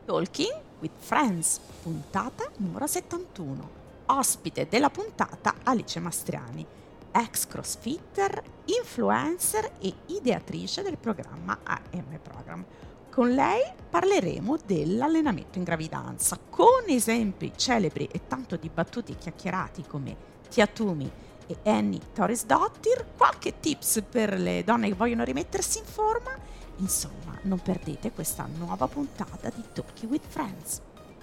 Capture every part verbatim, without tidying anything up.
Talking with Friends, puntata numero settantuno. Ospite della puntata Alice Mastriani, ex crossfitter, influencer e ideatrice del programma A M Program. Con lei parleremo dell'allenamento in gravidanza, con esempi celebri e tanto dibattuti e chiacchierati come Tia Tumi e Annie Thorisdottir, qualche tips per le donne che vogliono rimettersi in forma. Insomma, non perdete questa nuova puntata di Talking with Friends.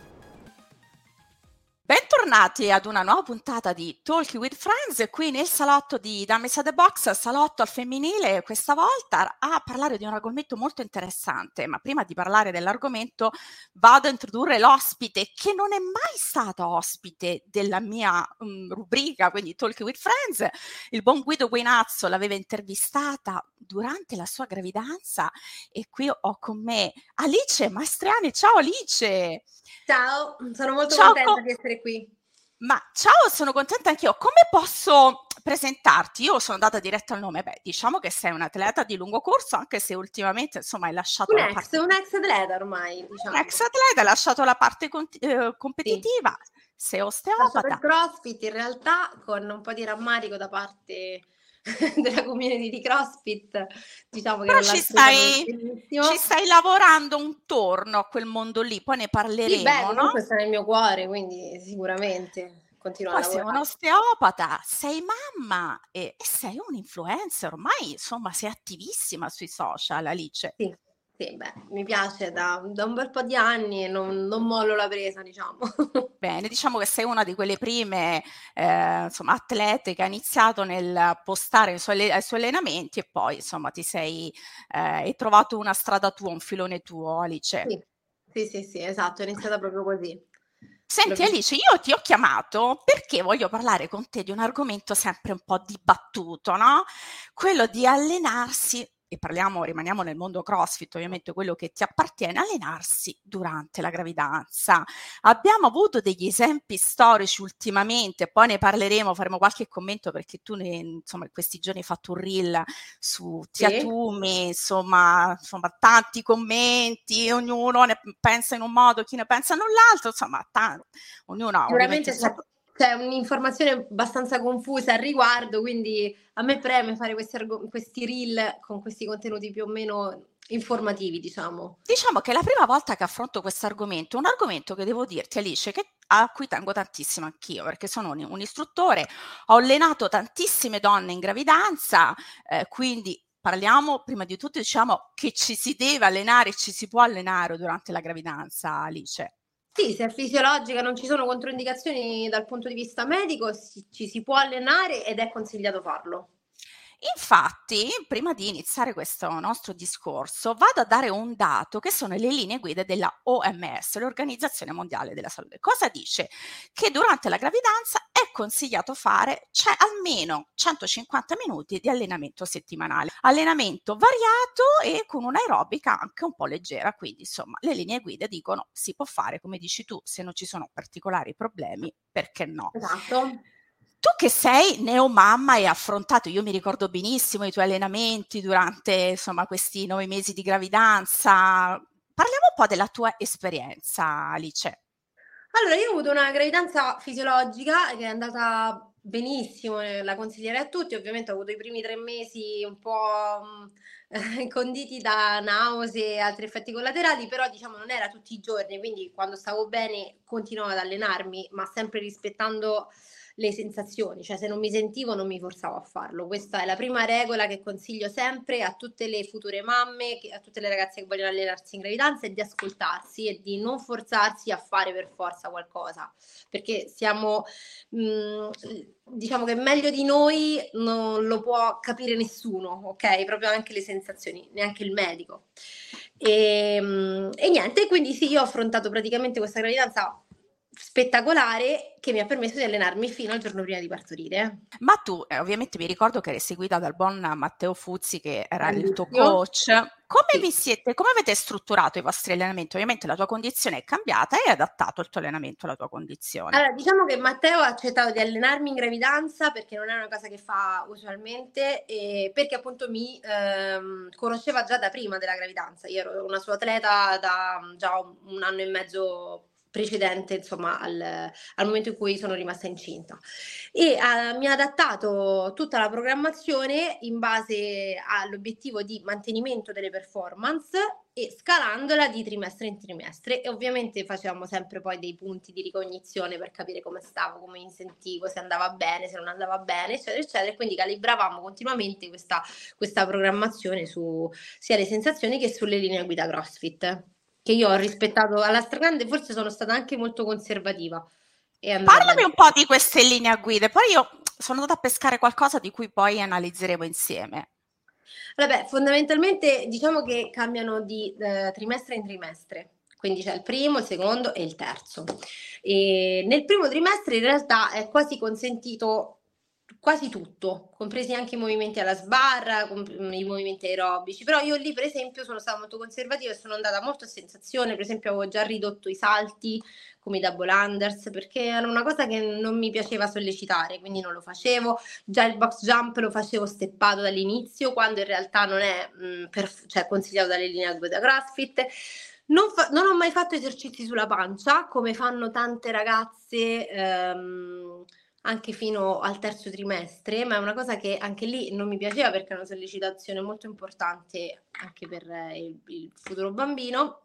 Bentornati ad una nuova puntata di Talking with Friends, qui nel salotto di Dames at the Box, salotto al femminile, questa volta a parlare di un argomento molto interessante. Ma prima di parlare dell'argomento vado a introdurre l'ospite che non è mai stato ospite della mia um, rubrica, quindi Talking with Friends. Il buon Guido Guinazzo l'aveva intervistata durante la sua gravidanza e qui ho con me Alice Mastriani. Ciao Alice! Ciao, sono molto Ciao, contenta co- di essere qui. Ma ciao, sono contenta anch'io. Come posso presentarti? Io sono andata diretta al nome. Beh, diciamo che sei un atleta di lungo corso, anche se ultimamente, insomma, hai lasciato Un la ex, parte... un ex atleta ormai, diciamo. Un ex atleta, hai lasciato la parte conti- eh, competitiva, sei Ho lasciato il osteopata. CrossFit in realtà con un po' di rammarico da parte della community di CrossFit, diciamo che Però non l'ha ci presa stai, benissimo. ci stai lavorando intorno a quel mondo lì, poi ne Sì, beh, parleremo, no? comunque sta nel mio cuore, quindi sicuramente continuo a Poi sei un lavorare. osteopata, sei mamma e, e sei un influencer, ormai insomma sei attivissima sui social, Alice. Sì, sì, beh, mi piace da, da un bel po' di anni e non, non mollo la presa, diciamo. Bene, diciamo che sei una di quelle prime eh, insomma, atlete che ha iniziato nel postare i suoi, i suoi allenamenti e poi insomma ti sei eh, hai trovato una strada tua, un filone tuo, Alice. Sì, sì, sì, sì, esatto, è iniziata proprio così. L'ho Senti visto. Alice, io ti ho chiamato perché voglio parlare con te di un argomento sempre un po' dibattuto, no? Quello di allenarsi, e parliamo, rimaniamo nel mondo CrossFit, ovviamente quello che ti appartiene, allenarsi durante la gravidanza. Abbiamo avuto degli esempi storici ultimamente, poi ne parleremo, faremo qualche commento perché tu ne, insomma in questi giorni hai fatto un reel su Tia Sì. Tumi, insomma, insomma tanti commenti, ognuno ne pensa in un modo, chi ne pensa in un altro, insomma, tanto, ognuno ha ovviamente il Sicuramente suo... c'è, c'è un'informazione abbastanza confusa al riguardo, quindi a me preme fare questi, argo- questi reel con questi contenuti più o meno informativi, diciamo. Diciamo che è la prima volta che affronto questo argomento, un argomento che devo dirti Alice, che a cui tengo tantissimo anch'io, perché sono un, un istruttore, ho allenato tantissime donne in gravidanza, eh, quindi parliamo prima di tutto, diciamo che ci si deve allenare, ci si può allenare durante la gravidanza, Alice. Sì, se è fisiologica, non ci sono controindicazioni dal punto di vista medico, si- ci si può allenare ed è consigliato farlo. Infatti, prima di iniziare questo nostro discorso, vado a dare un dato che sono le linee guida della O M S, l'Organizzazione Mondiale della Salute. Cosa dice? Che durante la gravidanza è consigliato fare cioè, almeno centocinquanta minuti di allenamento settimanale. Allenamento variato e con un'aerobica anche un po' leggera, quindi insomma le linee guida dicono si può fare, come dici tu, se non ci sono particolari problemi, perché no? Esatto. Tu che sei neomamma e hai affrontato, io mi ricordo benissimo i tuoi allenamenti durante insomma questi nove mesi di gravidanza. Parliamo un po' della tua esperienza, Alice. Allora, io ho avuto una gravidanza fisiologica che è andata benissimo, eh, la consiglierei a tutti. Ovviamente ho avuto i primi tre mesi un po' mh, conditi da nausee e altri effetti collaterali, però diciamo non era tutti i giorni, quindi quando stavo bene continuavo ad allenarmi, ma sempre rispettando le sensazioni, cioè se non mi sentivo non mi forzavo a farlo. Questa è la prima regola che consiglio sempre a tutte le future mamme, a tutte le ragazze che vogliono allenarsi in gravidanza, è di ascoltarsi e di non forzarsi a fare per forza qualcosa, perché siamo, mh, diciamo che meglio di noi non lo può capire nessuno, ok? Proprio anche le sensazioni, neanche il medico. E, e niente, quindi sì, io ho affrontato praticamente questa gravidanza spettacolare che mi ha permesso di allenarmi fino al giorno prima di partorire. Ma tu, eh, ovviamente mi ricordo che eri seguita dal buon Matteo Fuzzi, che era il tuo Grandissimo. coach. Come vi Sì. siete, come avete strutturato i vostri allenamenti? Ovviamente la tua condizione è cambiata e hai adattato il tuo allenamento alla tua condizione. Allora, diciamo che Matteo ha accettato di allenarmi in gravidanza perché non è una cosa che fa usualmente e perché appunto mi ehm, conosceva già da prima della gravidanza. Io ero una sua atleta da già un anno e mezzo precedente, insomma, al, al momento in cui sono rimasta incinta. E eh, mi ha adattato tutta la programmazione in base all'obiettivo di mantenimento delle performance e scalandola di trimestre in trimestre, e ovviamente facevamo sempre poi dei punti di ricognizione per capire come stavo, come mi sentivo, se andava bene, se non andava bene, eccetera, eccetera, e quindi calibravamo continuamente questa, questa programmazione su sia le sensazioni che sulle linee guida CrossFit, che io ho rispettato alla stragrande, forse sono stata anche molto conservativa. E andava Parlami bene. un po' di queste linee guida, poi io sono andata a pescare qualcosa di cui poi analizzeremo insieme. Vabbè, fondamentalmente diciamo che cambiano di eh, trimestre in trimestre, quindi c'è il primo, il secondo e il terzo. E nel primo trimestre in realtà è quasi consentito quasi tutto, compresi anche i movimenti alla sbarra, i movimenti aerobici, però io lì per esempio sono stata molto conservativa e sono andata molto a sensazione, per esempio avevo già ridotto i salti come i double unders perché era una cosa che non mi piaceva sollecitare, quindi non lo facevo. Già il box jump lo facevo steppato dall'inizio, quando in realtà non è mh, per, cioè, consigliato dalle linee guida CrossFit. Non, fa, non ho mai fatto esercizi sulla pancia, come fanno tante ragazze ehm, anche fino al terzo trimestre, ma è una cosa che anche lì non mi piaceva perché è una sollecitazione molto importante anche per il, il futuro bambino.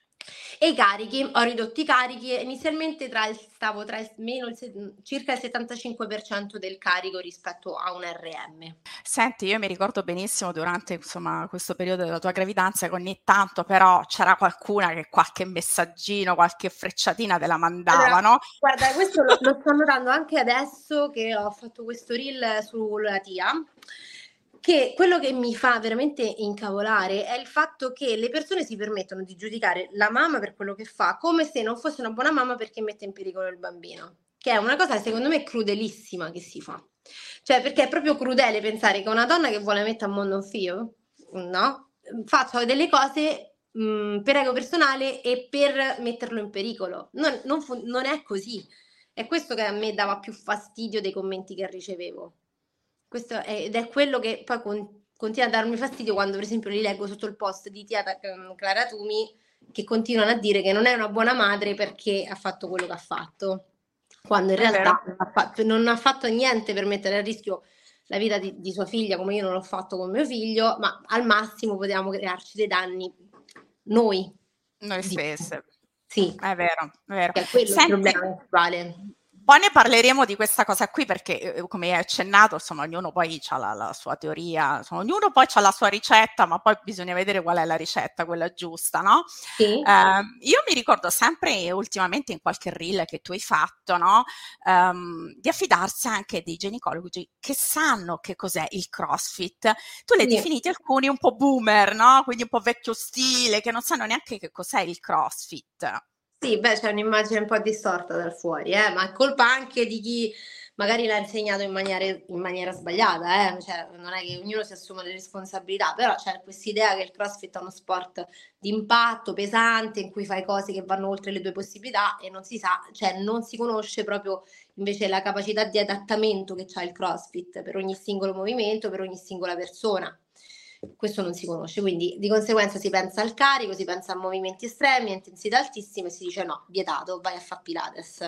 E i carichi, ho ridotto i carichi, inizialmente tra il, stavo tra il, meno il, circa il settantacinque per cento del carico rispetto a un R M. Senti, io mi ricordo benissimo durante insomma questo periodo della tua gravidanza che ogni tanto però c'era qualcuna che qualche messaggino, qualche frecciatina te la mandava, allora, no? guarda, questo lo, lo sto notando anche adesso che ho fatto questo reel sulla T I A, che quello che mi fa veramente incavolare è il fatto che le persone si permettono di giudicare la mamma per quello che fa come se non fosse una buona mamma perché mette in pericolo il bambino, che è una cosa secondo me crudelissima che si fa, cioè perché è proprio crudele pensare che una donna che vuole mettere a mondo un figlio, no? Faccia delle cose mh, per ego personale e per metterlo in pericolo. Non, non, fu- non è così. È questo che a me dava più fastidio dei commenti che ricevevo. Questo è, ed è quello che poi con, continua a darmi fastidio quando, per esempio, li leggo sotto il post di tia um, Clara Tumi che continuano a dire che non è una buona madre perché ha fatto quello che ha fatto, quando in È vero. realtà non ha fatto, non ha fatto niente per mettere a rischio la vita di, di sua figlia, come io non l'ho fatto con mio figlio, ma al massimo potevamo crearci dei danni noi. Noi Di... stesse. Sì, È vero, è vero. è quello il Senti, problema principale. poi ne parleremo di questa cosa qui perché, eh, come hai accennato, insomma, ognuno poi ha la, la sua teoria, insomma, ognuno poi ha la sua ricetta, ma poi bisogna vedere qual è la ricetta, quella giusta, no? Sì, Eh, io mi ricordo sempre, ultimamente in qualche reel che tu hai fatto, no? Ehm, di affidarsi anche dei ginecologi che sanno che cos'è il CrossFit. Tu li hai sì. definiti alcuni un po' boomer, no? Quindi un po' vecchio stile, che non sanno neanche che cos'è il CrossFit. Sì, beh, c'è un'immagine un po' distorta dal fuori, eh, ma è colpa anche di chi magari l'ha insegnato in maniera, in maniera sbagliata, eh? Cioè, non è che ognuno si assume le responsabilità, però c'è questa idea che il CrossFit è uno sport di impatto pesante in cui fai cose che vanno oltre le tue possibilità e non si sa, cioè non si conosce proprio invece la capacità di adattamento che ha il CrossFit per ogni singolo movimento, per ogni singola persona. Questo non si conosce, quindi di conseguenza si pensa al carico, si pensa a movimenti estremi, a intensità altissime e si dice no, vietato, vai a fare Pilates.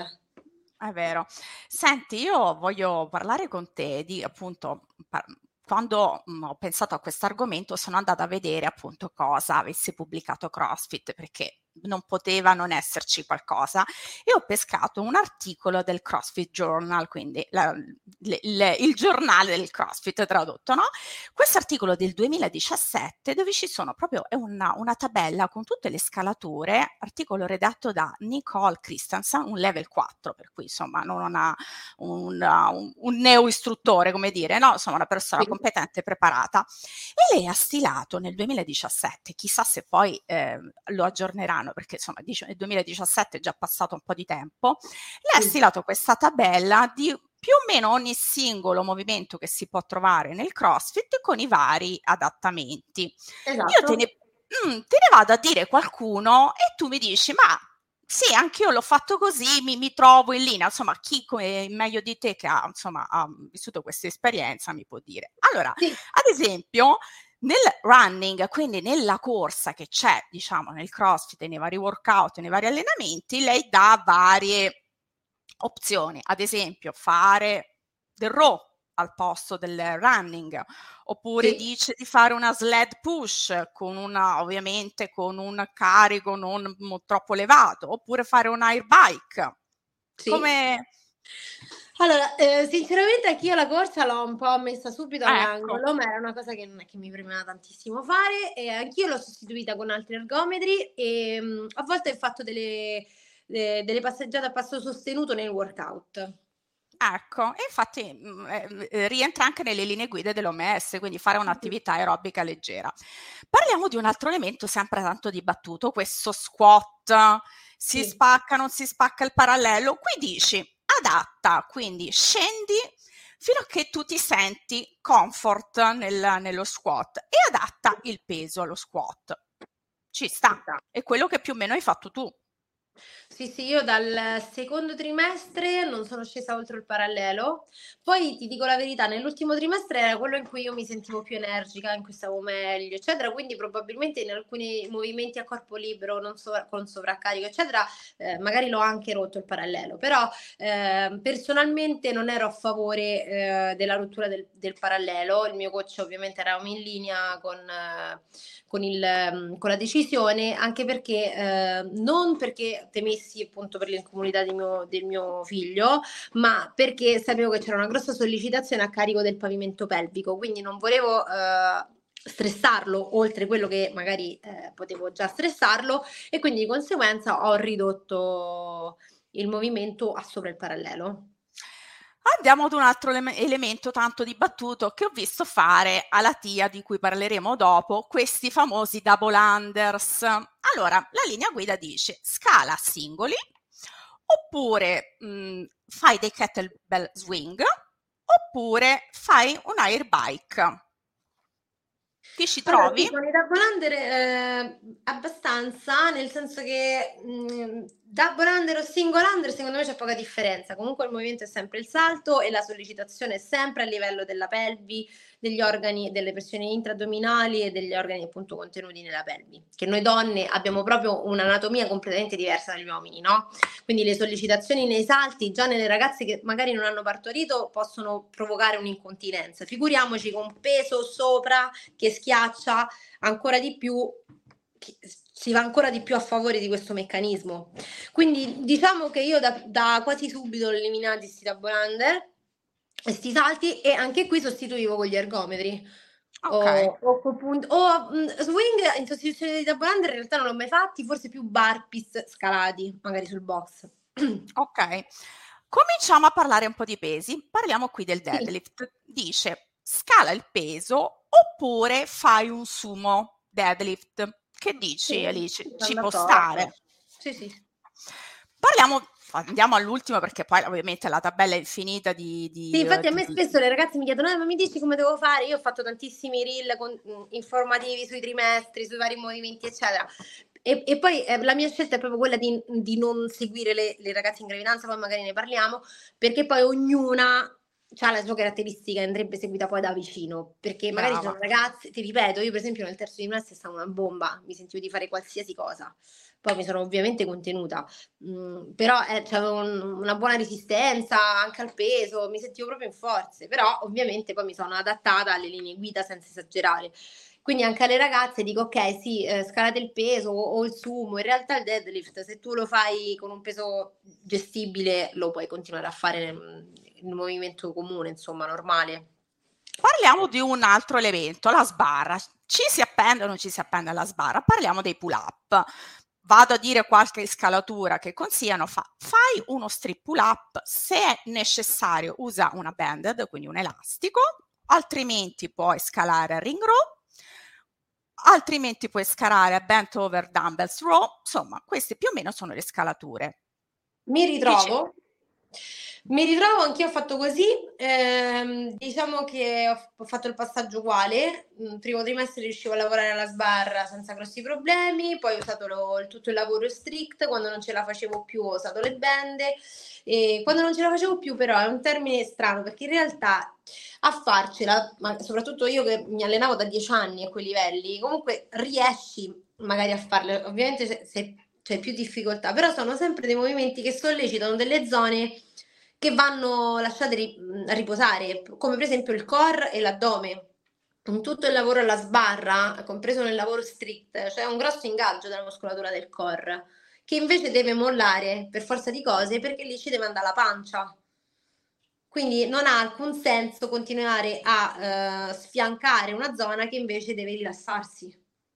È vero. Senti, io voglio parlare con te di appunto, par- quando mh, ho pensato a questo argomento sono andata a vedere appunto cosa avesse pubblicato CrossFit perché non poteva non esserci qualcosa e ho pescato un articolo del CrossFit Journal, quindi la- le- le- il giornale del CrossFit tradotto, no? Questo articolo del duemiladiciassette dove ci sono proprio è una, una tabella con tutte le scalature, articolo redatto da Nicole Christensen, un level quattro, per cui insomma non una, un, un, un neo istruttore, come dire, no? Insomma una persona Sì. competente e preparata. E lei ha stilato nel duemiladiciassette, chissà se poi eh, lo aggiorneranno anno, perché insomma nel duemiladiciassette è già passato un po' di tempo, lei ha stilato questa tabella di più o meno ogni singolo movimento che si può trovare nel CrossFit con i vari adattamenti. Esatto. Io te ne, mm, te ne vado a dire qualcuno e tu mi dici, ma sì, anch'io l'ho fatto così, mi, mi trovo in linea. Insomma, chi come meglio di te che ha, insomma, ha vissuto questa esperienza mi può dire. Allora, Sì. ad esempio, nel running, quindi nella corsa che c'è, diciamo, nel CrossFit, nei vari workout, nei vari allenamenti, lei dà varie opzioni, ad esempio fare del row al posto del running, oppure Sì. dice di fare una sled push con una, ovviamente con un carico non troppo elevato, oppure fare un air bike. Sì. Come... Allora, eh, sinceramente anch'io la corsa l'ho un po' messa subito all'angolo, ecco. ma era una cosa che non è che mi premeva tantissimo fare, e anch'io l'ho sostituita con altri ergometri e mh, a volte ho fatto delle, de- delle passeggiate a passo sostenuto nel workout. Ecco, e infatti mh, eh, rientra anche nelle linee guida dell'O M S, quindi fare un'attività aerobica leggera. Parliamo di un altro elemento sempre tanto dibattuto, questo squat, si Sì. spacca, non si spacca il parallelo. Qui dici adatta, quindi scendi fino a che tu ti senti comfort nel, nello squat e adatta il peso allo squat. Ci sta, Ci sta. è quello che più o meno hai fatto tu. Sì, sì, io dal secondo trimestre non sono scesa oltre il parallelo. Poi ti dico la verità, nell'ultimo trimestre era quello in cui io mi sentivo più energica, in cui stavo meglio, eccetera. Quindi probabilmente in alcuni movimenti a corpo libero, non sovra- con sovraccarico, eccetera, eh, magari l'ho anche rotto il parallelo. Però eh, personalmente non ero a favore eh, della rottura del, del parallelo. Il mio coach ovviamente eravamo in linea con, eh, con, il, con la decisione, anche perché eh, non perché temessi appunto per l'incomunità di mio, del mio figlio, ma perché sapevo che c'era una grossa sollecitazione a carico del pavimento pelvico, quindi non volevo eh, stressarlo oltre quello che magari eh, potevo già stressarlo, e quindi di conseguenza ho ridotto il movimento a sopra il parallelo. Andiamo ad un altro ele- elemento tanto dibattuto che ho visto fare alla T I A, di cui parleremo dopo, questi famosi double unders. Allora, la linea guida dice scala singoli, oppure mh, fai dei kettlebell swing, oppure fai un air bike. Ti ci Allora, trovi? sì, con i double under eh, abbastanza, nel senso che mh, double under o single under secondo me c'è poca differenza. Comunque il movimento è sempre il salto e la sollecitazione è sempre a livello della pelvi, degli organi, delle pressioni intraaddominali e degli organi appunto contenuti nella pelvi. Che noi donne abbiamo proprio un'anatomia completamente diversa dagli uomini, no? Quindi le sollecitazioni nei salti, già nelle ragazze che magari non hanno partorito, possono provocare un'incontinenza. Figuriamoci con peso sopra che schiaccia ancora di più, si va ancora di più a favore di questo meccanismo. Quindi diciamo che io da, da quasi subito ho eliminato questi double under, questi salti, e anche qui sostituivo con gli ergometri. Ok. O, o, o mh, swing in sostituzione dei double under in realtà non l'ho mai fatti, forse più burpees scalati magari sul box. Ok, cominciamo a parlare un po' di pesi. Parliamo qui del Sì. deadlift. Dice scala il peso oppure fai un sumo deadlift. Che dici, Sì, Alice? sono Ci può d'accordo. stare? Sì, sì. Parliamo, andiamo all'ultimo perché poi ovviamente la tabella è infinita di... Sì, di, infatti a me di... spesso le ragazze mi chiedono: "Eh, ma mi dici come devo fare?" Io ho fatto tantissimi reel con, mh, informativi sui trimestri, sui vari movimenti, eccetera. E, e poi eh, la mia scelta è proprio quella di, di non seguire le, le ragazze in gravidanza, poi magari ne parliamo, perché poi ognuna ha la sua caratteristica e andrebbe seguita poi da vicino. Perché magari ci sono Brava. ragazze, ti ripeto, io per esempio nel terzo trimestre stavo una bomba, mi sentivo di fare qualsiasi cosa. Poi mi sono ovviamente contenuta. Mh, però eh, c'avevo un, una buona resistenza anche al peso, mi sentivo proprio in forze, però ovviamente poi mi sono adattata alle linee guida senza esagerare. Quindi anche alle ragazze dico: ok, sì, eh, scalate il peso o, o il sumo, in realtà il deadlift, se tu lo fai con un peso gestibile, lo puoi continuare a fare nel, nel movimento comune, insomma, normale. Parliamo di un altro elemento, la sbarra. Ci si appende o non ci si appende alla sbarra? Parliamo dei pull-up. Vado a dire qualche scalatura che consigliano, fa, fai uno strip pull-up, se è necessario usa una banded, quindi un elastico, altrimenti puoi scalare a ring row, altrimenti puoi scalare a bent over dumbbells row, insomma queste più o meno sono le scalature. Mi Dice, ritrovo. Mi ritrovo, anch'io ho fatto così, ehm, diciamo che ho, f- ho fatto il passaggio uguale. Il primo trimestre riuscivo a lavorare alla sbarra senza grossi problemi, poi ho usato lo- il- tutto il lavoro strict, quando non ce la facevo più ho usato le bende, e quando non ce la facevo più però è un termine strano perché in realtà a farcela, ma soprattutto io che mi allenavo da dieci anni a quei livelli, comunque riesci magari a farle, ovviamente se, se c'è più difficoltà, però sono sempre dei movimenti che sollecitano delle zone che vanno lasciate ri- riposare, come per esempio il core e l'addome. In tutto il lavoro alla sbarra, compreso nel lavoro strict, c'è un grosso ingaggio della muscolatura del core, che invece deve mollare per forza di cose perché lì ci deve andare la pancia. Quindi non ha alcun senso continuare a eh, sfiancare una zona che invece deve rilassarsi.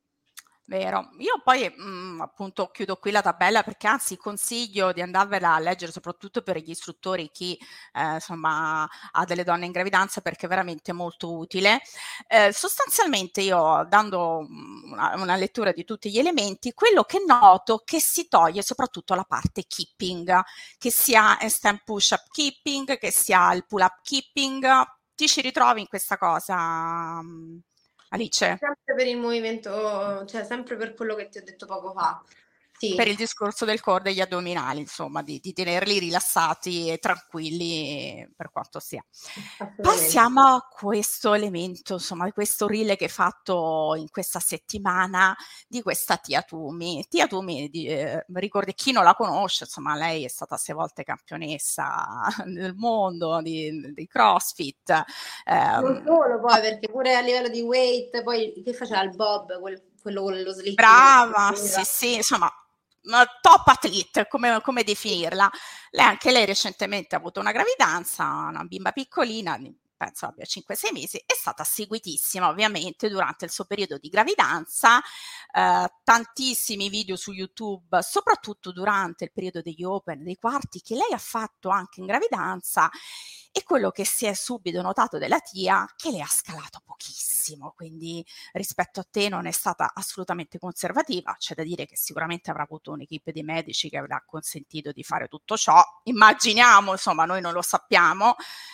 vero. Io poi, mhmm, appunto chiudo qui la tabella perché anzi consiglio di andarvela a leggere soprattutto per gli istruttori, chi, ehm, insomma ha delle donne in gravidanza perché è veramente molto utile. Ehm, sostanzialmente io dando, mhmm, una una lettura di tutti gli elementi, quello che noto che si toglie soprattutto la parte keeping, che sia handstand push up keeping, che sia il pull up keeping. Ti ci ritrovi in questa cosa, mhmm, Alice? Sempre per il movimento, cioè sempre per quello che ti ho detto poco fa. Per Sì, il discorso del core degli addominali, insomma, di, di tenerli rilassati e tranquilli per quanto sia. assolutamente. Passiamo a questo elemento, insomma, questo reel che hai fatto in questa settimana di questa Tia Tumi. Tia Tumi, di, eh, ricordi chi non la conosce, insomma, lei è stata sei volte campionessa del mondo di, di CrossFit. Non ehm, solo poi, perché pure a livello di weight, poi che faceva il bob, quel- quello con lo slitting che Brava, sì, faceva. sì, insomma, una top athlete, come, come definirla. Lei, anche lei recentemente ha avuto una gravidanza, una bimba piccolina, penso abbia cinque sei mesi, è stata seguitissima ovviamente durante il suo periodo di gravidanza, eh, tantissimi video su YouTube, soprattutto durante il periodo degli Open, dei quarti, che lei ha fatto anche in gravidanza, e quello che si è subito notato della Tia, che lei ha scalato pochissimo, quindi rispetto a te non è stata assolutamente conservativa. C'è da dire che sicuramente avrà avuto un'equipe di medici che avrà consentito di fare tutto ciò. Immaginiamo, insomma, noi non lo sappiamo.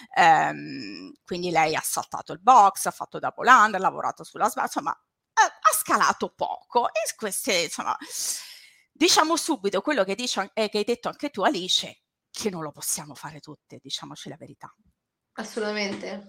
Ehm, quindi lei ha saltato il box, ha fatto double under, ha lavorato sulla sbarra, insomma, ha, ha scalato poco. E queste, insomma, diciamo subito quello che, dice, eh, che hai detto anche tu, Alice, che non lo possiamo fare tutte, diciamoci la verità. Assolutamente.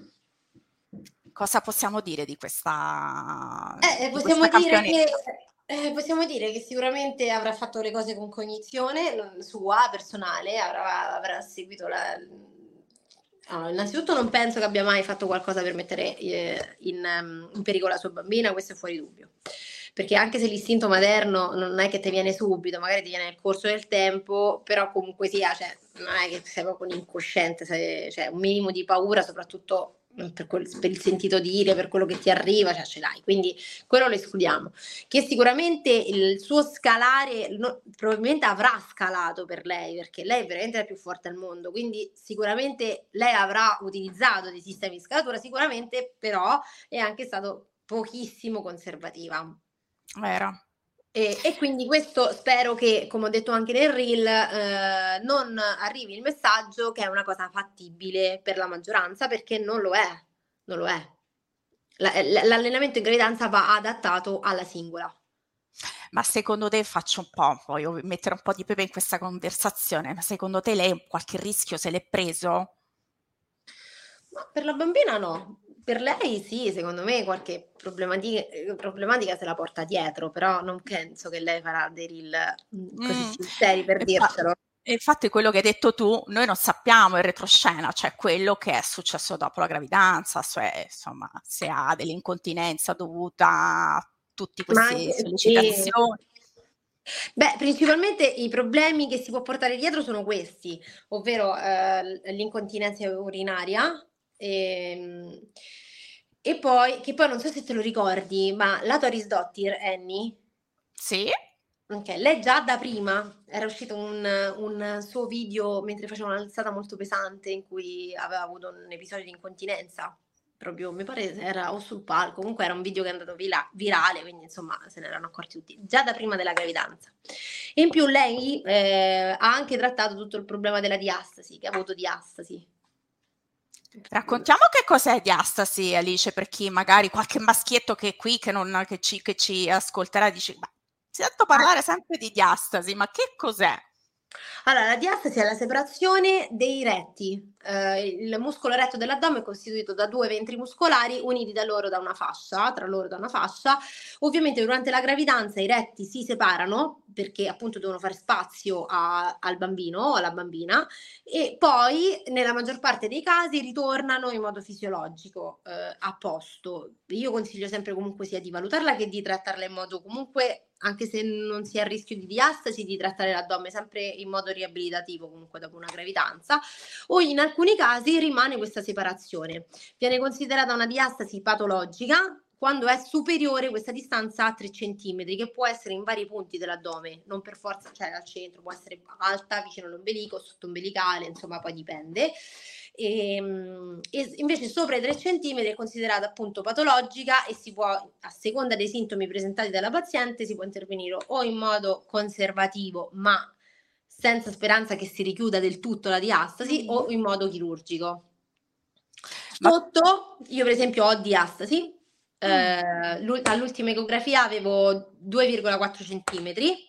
Cosa possiamo dire di questa, Eh, eh, di questa possiamo dire che, campionessa? eh, possiamo dire che sicuramente avrà fatto le cose con cognizione non- sua, personale, avrà, avrà seguito la... Allora, innanzitutto non penso che abbia mai fatto qualcosa per mettere eh, in, ehm, in pericolo la sua bambina, questo è fuori dubbio. Perché anche se l'istinto materno non è che ti viene subito, magari ti viene nel corso del tempo, però comunque sia, cioè, non è che sei proprio un incosciente, sei, cioè, un minimo di paura, soprattutto per, quel, per il sentito dire, per quello che ti arriva, cioè ce l'hai. Quindi quello lo escludiamo. Che sicuramente il suo scalare no, probabilmente avrà scalato per lei, perché lei è veramente la più forte al mondo, quindi sicuramente lei avrà utilizzato dei sistemi di scalatura, sicuramente però è anche stato pochissimo conservativa. Vero. E, e quindi questo spero che, come ho detto anche nel reel, eh, non arrivi il messaggio che è una cosa fattibile per la maggioranza, perché non lo è, non lo è. La- l'allenamento in gravidanza va adattato alla singola. Ma secondo te, faccio un po', voglio mettere un po' di pepe in questa conversazione, ma secondo te lei qualche rischio se l'è preso? Ma per la bambina no, per lei sì, secondo me qualche problematica, eh, problematica se la porta dietro, però non penso che lei farà dei reel mm, così Mm. sinceri per E fa- dircelo. e infatti quello che hai detto tu, noi non sappiamo il retroscena, cioè quello che è successo dopo la gravidanza, cioè insomma se ha dell'incontinenza dovuta a tutte Ma queste anche sì. sollecitazioni. Beh, principalmente i problemi che si può portare dietro sono questi, ovvero eh, l'incontinenza urinaria ehm, e, poi, che poi non so se te lo ricordi, ma la Doris Dottir, Annie, Sì? ok, lei già da prima era uscito un, un suo video mentre faceva un'alzata molto pesante in cui aveva avuto un episodio di incontinenza proprio mi pare era o sul palco, comunque era un video che è andato vila virale, quindi insomma se ne erano accorti tutti, già da prima della gravidanza. E in più lei, ehm, ha anche trattato tutto il problema della diastasi, che ha avuto diastasi. Raccontiamo che cos'è diastasi, Alice, per chi magari qualche maschietto che è qui che, non, che, ci, che ci ascolterà dice, ma sento parlare sempre di diastasi, ma che cos'è? Allora, la diastasi è la separazione dei retti. Eh, il muscolo retto dell'addome è costituito da due ventri muscolari uniti da loro da una fascia, tra loro da una fascia. Ovviamente durante la gravidanza i retti si separano perché appunto devono fare spazio a, al bambino o alla bambina e poi nella maggior parte dei casi ritornano in modo fisiologico eh, a posto. Io consiglio sempre comunque sia di valutarla che di trattarla in modo comunque, anche se non si è a rischio di diastasi, di trattare l'addome sempre in modo riabilitativo comunque dopo una gravidanza, o in alcuni casi rimane questa separazione. Viene considerata una diastasi patologica quando è superiore questa distanza a tre centimetri, che può essere in vari punti dell'addome, non per forza, cioè al centro, può essere alta, vicino all'ombelico, sottoombelicale, insomma poi dipende. E, e invece sopra i tre centimetri è considerata appunto patologica e si può, a seconda dei sintomi presentati dalla paziente, si può intervenire o in modo conservativo ma senza speranza che si richiuda del tutto la diastasi, o in modo chirurgico. Sotto, io per esempio ho diastasi, eh, all'ultima ecografia avevo due virgola quattro centimetri.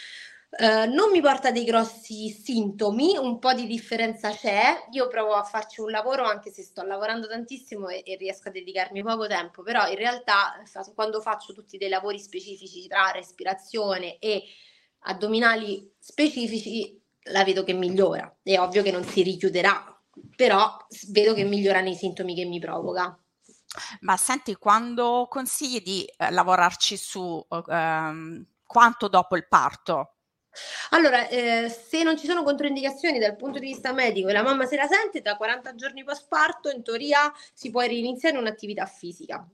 Uh, non mi porta dei grossi sintomi, un po' di differenza c'è. Io provo a farci un lavoro anche se sto lavorando tantissimo e, e riesco a dedicarmi poco tempo, però in realtà quando faccio tutti dei lavori specifici tra respirazione e addominali specifici la vedo che migliora. È ovvio che non si richiuderà, però vedo che migliora nei sintomi che mi provoca. Ma senti, quando consigli di eh, lavorarci su ehm, quanto dopo il parto? Allora, eh, se non ci sono controindicazioni dal punto di vista medico e la mamma se la sente, da quaranta giorni post parto in teoria si può riniziare un'attività fisica.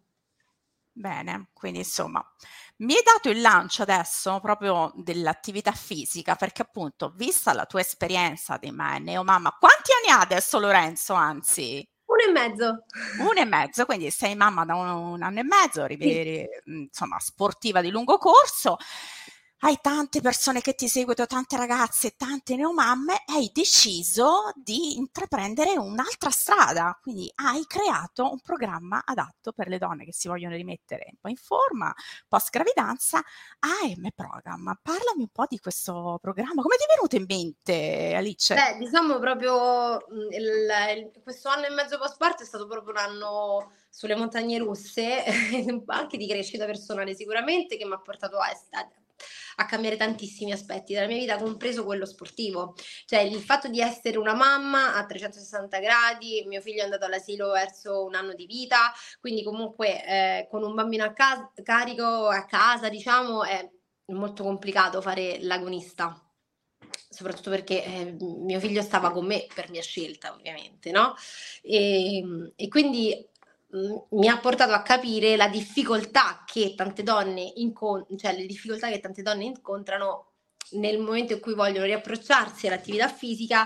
Bene, quindi insomma, mi hai dato il lancio adesso proprio dell'attività fisica, perché appunto, vista la tua esperienza di neomamma, quanti anni ha adesso Lorenzo, anzi? Uno e mezzo. Uno e mezzo, quindi sei mamma da un, un anno e mezzo, sì. Insomma, sportiva di lungo corso, hai tante persone che ti seguono, tante ragazze, tante neomamme, e hai deciso di intraprendere un'altra strada, quindi hai creato un programma adatto per le donne che si vogliono rimettere un po' in forma post gravidanza, A M Program. Parlami un po' di questo programma, come ti è venuto in mente, Alice? Beh, diciamo proprio il, il, questo anno e mezzo post parto è stato proprio un anno sulle montagne russe, anche di crescita personale sicuramente, che mi ha portato a, a a cambiare tantissimi aspetti della mia vita, compreso quello sportivo. Cioè il fatto di essere una mamma a trecentosessanta gradi, mio figlio è andato all'asilo verso un anno di vita, quindi comunque eh, con un bambino a casa, carico a casa, diciamo, è molto complicato fare l'agonista. Soprattutto perché eh, mio figlio stava con me per mia scelta, ovviamente, no? E, e quindi mi ha portato a capire la difficoltà che tante donne incontrano, cioè le difficoltà che tante donne incontrano nel momento in cui vogliono riapprocciarsi all'attività fisica,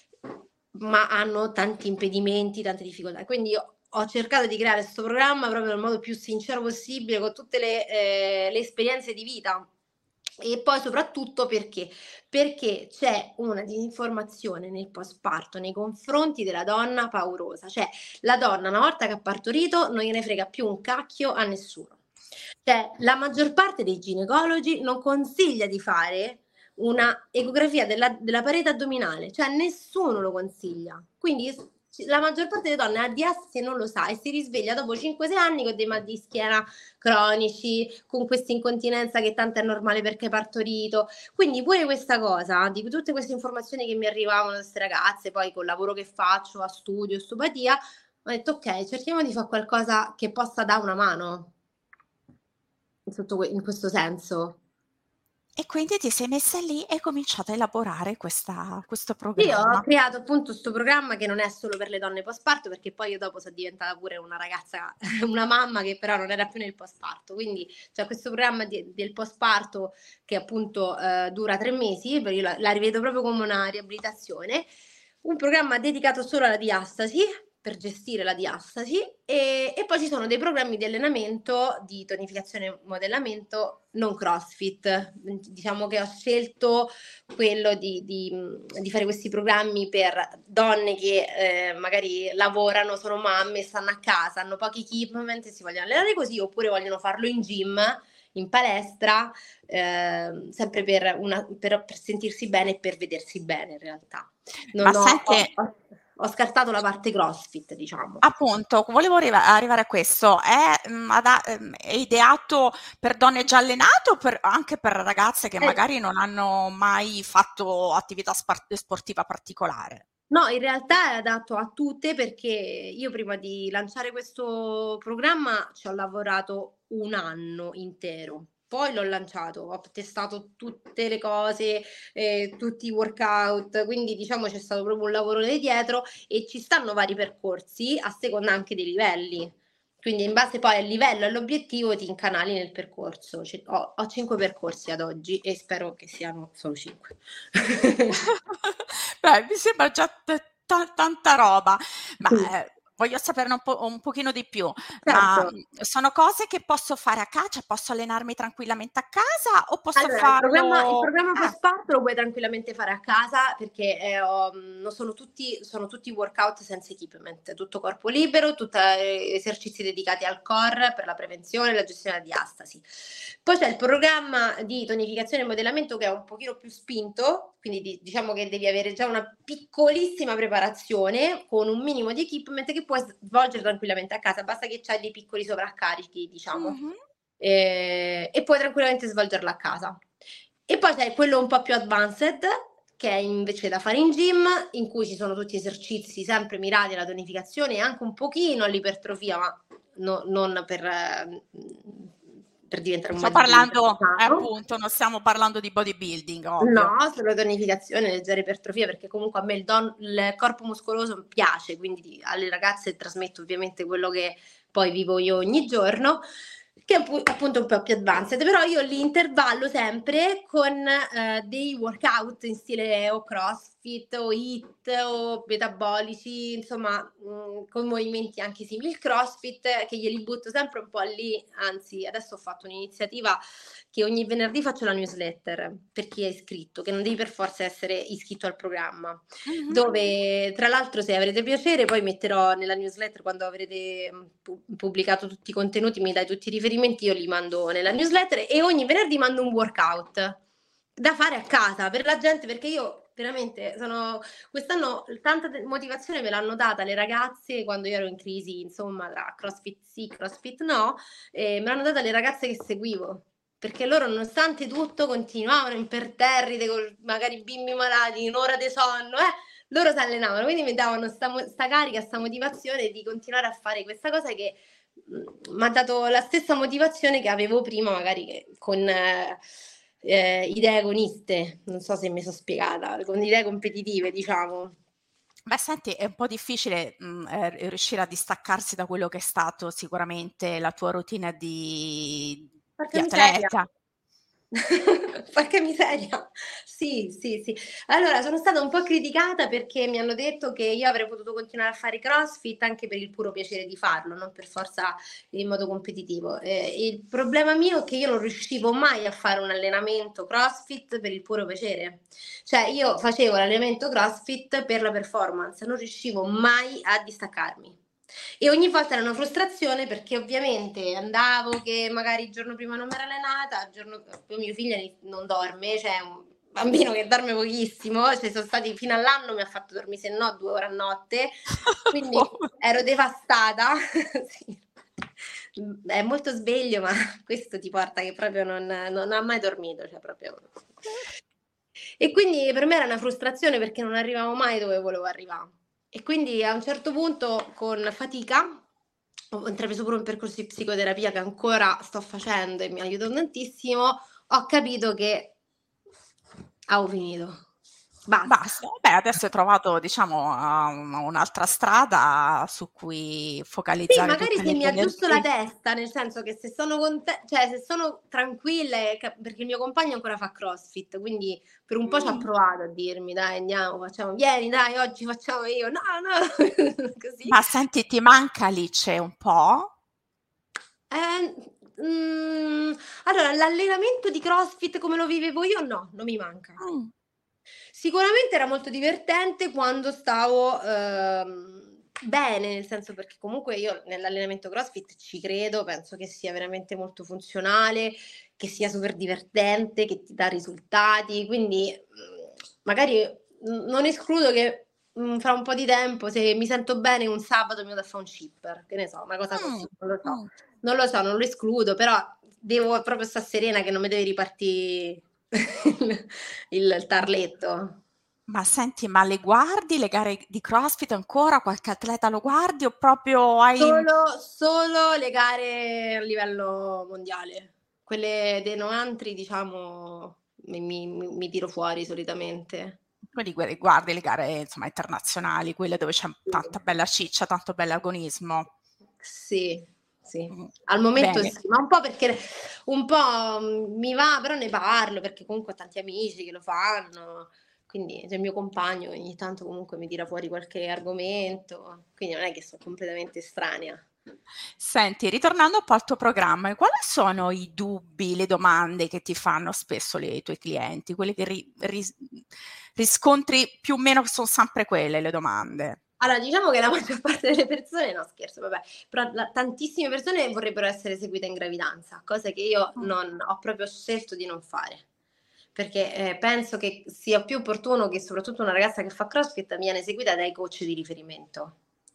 ma hanno tanti impedimenti, tante difficoltà. Quindi io ho cercato di creare questo programma proprio nel modo più sincero possibile, con tutte le, eh, le esperienze di vita. E poi soprattutto perché? Perché c'è una disinformazione nel postparto nei confronti della donna paurosa. Cioè, la donna una volta che ha partorito non gliene frega più un cacchio a nessuno. Cioè, la maggior parte dei ginecologi non consiglia di fare una ecografia della, della parete addominale, cioè nessuno lo consiglia. Quindi la maggior parte delle donne ha diastasi e non lo sa e si risveglia dopo cinque sei anni con dei mal di schiena cronici, con questa incontinenza che tanto è normale perché hai partorito. Quindi pure questa cosa, di tutte queste informazioni che mi arrivavano da queste ragazze, poi col lavoro che faccio a studio, osteopatia, ho detto ok, cerchiamo di fare qualcosa che possa dare una mano in questo senso. E quindi ti sei messa lì e hai cominciato a elaborare questa, questo Io programma. ho creato appunto questo programma che non è solo per le donne postparto, perché poi io dopo sono diventata pure una ragazza, una mamma che però non era più nel postparto. Quindi c'è questo programma di, del postparto che appunto eh, dura tre mesi, perché io la, la rivedo proprio come una riabilitazione. Un programma dedicato solo alla diastasi, per gestire la diastasi, e e poi ci sono dei programmi di allenamento, di tonificazione e modellamento non CrossFit. Mhmm, diciamo che ho scelto quello di di mhmm, di fare questi programmi per donne che, ehm, magari lavorano, sono mamme, stanno a casa, hanno pochi equipment e si vogliono allenare così, oppure vogliono farlo in gym, in palestra, ehm, sempre per una per per sentirsi bene e per vedersi bene in realtà. Ma Non ho senti, ho ho ho scartato la parte CrossFit, diciamo. appunto, volevo arriva- arrivare a questo. È, mm, ada- ehm, è ideato per donne già allenate o per- anche per ragazze che Eh, magari non hanno mai fatto attività spar- sportiva particolare? no, in realtà è adatto a tutte, perché io prima di lanciare questo programma ci ho lavorato un anno intero. Poi l'ho lanciato, ho testato tutte le cose, ehm, tutti i workout, quindi diciamo c'è stato proprio un lavoro lì dietro, e ci stanno vari percorsi a seconda anche dei livelli. Quindi in base poi al livello e all'obiettivo ti incanali nel percorso. Ce ho ho cinque percorsi ad oggi e spero che siano solo cinque. Beh, mi sembra già t- ta- tanta roba, ma Sì, eh, voglio saperne un po', un pochino di più. Ma certo. mm, sono cose che posso fare a casa? Cioè, posso allenarmi tranquillamente a casa o posso Allora, il programma il farlo? programma Eh, Postparto lo puoi tranquillamente fare a casa, perché, ehm, ho mhmm, non sono tutti sono tutti workout senza equipment, tutto corpo libero, tutta ehm, esercizi dedicati al core per la prevenzione e la gestione della diastasi. Poi c'è il programma di tonificazione e modellamento, che è un pochino più spinto, quindi di diciamo che devi avere già una piccolissima preparazione con un minimo di equipment che puoi svolgere tranquillamente a casa, basta che c'hai dei piccoli sovraccarichi, diciamo. mhm. Ehm, e puoi tranquillamente svolgerla a casa. E poi c'è quello un po' più advanced, che è invece da fare in gym, in cui ci sono tutti esercizi sempre mirati alla tonificazione e anche un pochino all'ipertrofia, ma no, non per, mhmm, per diventare un Sto bodybuilder, parlando, eh, diciamo. appunto, non stiamo parlando di bodybuilding, ovvio. No, solo tonificazione, leggera ipertrofia, perché comunque a me il, don- il corpo muscoloso piace, quindi alle ragazze trasmetto ovviamente quello che poi vivo io ogni giorno, che è appu- appunto un po' più advanced, però io li intervallo sempre con eh, dei workout in stile o CrossFit o HIIT o metabolici, insomma, mh, con movimenti anche simili al CrossFit, che glieli butto sempre un po' lì. Anzi, adesso ho fatto un'iniziativa che ogni venerdì faccio la newsletter per chi è iscritto, che non devi per forza essere iscritto al programma, Mhm. dove tra l'altro, se avrete piacere, poi metterò nella newsletter, quando avrete mm, pu- pubblicato tutti i contenuti, mi dai tutti i riferimenti, io li mando nella newsletter, e ogni venerdì mando un workout da fare a casa per la gente, perché io veramente sono quest'anno tanta de- motivazione me l'hanno data le ragazze quando io ero in crisi, insomma, tra CrossFit sì, CrossFit no, e me l'hanno data le ragazze che seguivo, perché loro nonostante tutto continuavano imperterrite, con magari bimbi malati, in ora di sonno, eh, loro si allenavano, quindi mi davano sta, mo- sta carica, sta motivazione di continuare a fare questa cosa che mi ha dato la stessa motivazione che avevo prima, magari che- con eh, eh, idee agoniste, non so se mi sono spiegata, con idee competitive, diciamo. Beh, senti, è un po' difficile, mh, eh, riuscire a distaccarsi da quello che è stato sicuramente la tua routine di, Porca di miseria. atleta. Porca miseria. Sì, sì, sì. Allora, sono stata un po' criticata perché mi hanno detto che io avrei potuto continuare a fare CrossFit anche per il puro piacere di farlo, non per forza in modo competitivo. Eh, il problema mio è che io non riuscivo mai a fare un allenamento CrossFit per il puro piacere. Cioè, io facevo l'allenamento CrossFit per la performance, non riuscivo mai a distaccarmi. E ogni volta era una frustrazione, perché ovviamente andavo che magari il giorno prima non mi ero allenata, il giorno poi mio figlio non dorme, cioè è un bambino che dorme pochissimo, cioè sono stati fino all'anno mi ha fatto dormire se no due ore a notte, quindi ero devastata. Sì. È molto sveglio, ma questo ti porta che proprio non, non ha mai dormito, cioè proprio. E quindi per me era una frustrazione, perché non arrivavo mai dove volevo arrivare. E quindi a un certo punto, con fatica, ho intrapreso pure un percorso di psicoterapia che ancora sto facendo e mi aiuta tantissimo. Ho capito che avevo finito. basta. Basta. Beh, adesso hai trovato, diciamo, uh, un'altra strada su cui Sì, focalizzare magari tutte se le mi tue aggiusto la energie. testa, nel senso che se sono conte cioè se sono tranquilla e ca perché il mio compagno ancora fa CrossFit, quindi per un po' c'ha Mm. provato a dirmi: "Dai andiamo, facciamo vieni dai oggi facciamo", io: "No, no", così. Ma senti, ti manca Alice un po'? Ehm, mhmm, allora l'allenamento di CrossFit come lo vivevo io no, non mi manca. Mm. Sicuramente era molto divertente quando stavo, uhm, bene, nel senso perché comunque io nell'allenamento CrossFit ci credo, penso che sia veramente molto funzionale, che sia super divertente, che ti dà risultati, quindi, mhmm, magari, n non escludo che, mhmm, fra un po' di tempo se mi sento bene un sabato mi vado a fa' un shipper, che ne so, una cosa Mm. così, non lo so. Mm. Non lo so, non lo escludo, però devo proprio sta serena che non mi deve ripartì il il tarletto. Ma senti, ma le guardi le gare di CrossFit ancora? Qualche atleta lo guardi o proprio hai... Solo solo le gare a livello mondiale. Quelle dei noantri diciamo mi mi mi mi tiro fuori solitamente. Quindi gue- guardi le gare, insomma, internazionali, quelle dove c'è Sì. tanta bella ciccia, tanto bell'agonismo. Sì, sì. Mm. Al momento Bene. sì, ma un po' perché un po', mhmm, mi va, però ne parlo perché comunque ho tanti amici che lo fanno, quindi c'è il mio compagno ogni tanto comunque mi tira fuori qualche argomento, quindi non è che so completamente estranea. Senti, ritornando un po' al tuo programma, quali sono i dubbi, le domande che ti fanno spesso le- i tuoi clienti? Quelle che ri- ris- riscontri più o meno che sono sempre quelle le domande. Allora, diciamo che la maggior parte delle persone no scherzo, vabbè, però la tantissime persone vorrebbero essere seguite in gravidanza, cosa che io Mm. non ho proprio scelto di non fare. Perché, ehm, penso che sia più opportuno che soprattutto una ragazza che fa CrossFit viene seguita dai coach di riferimento.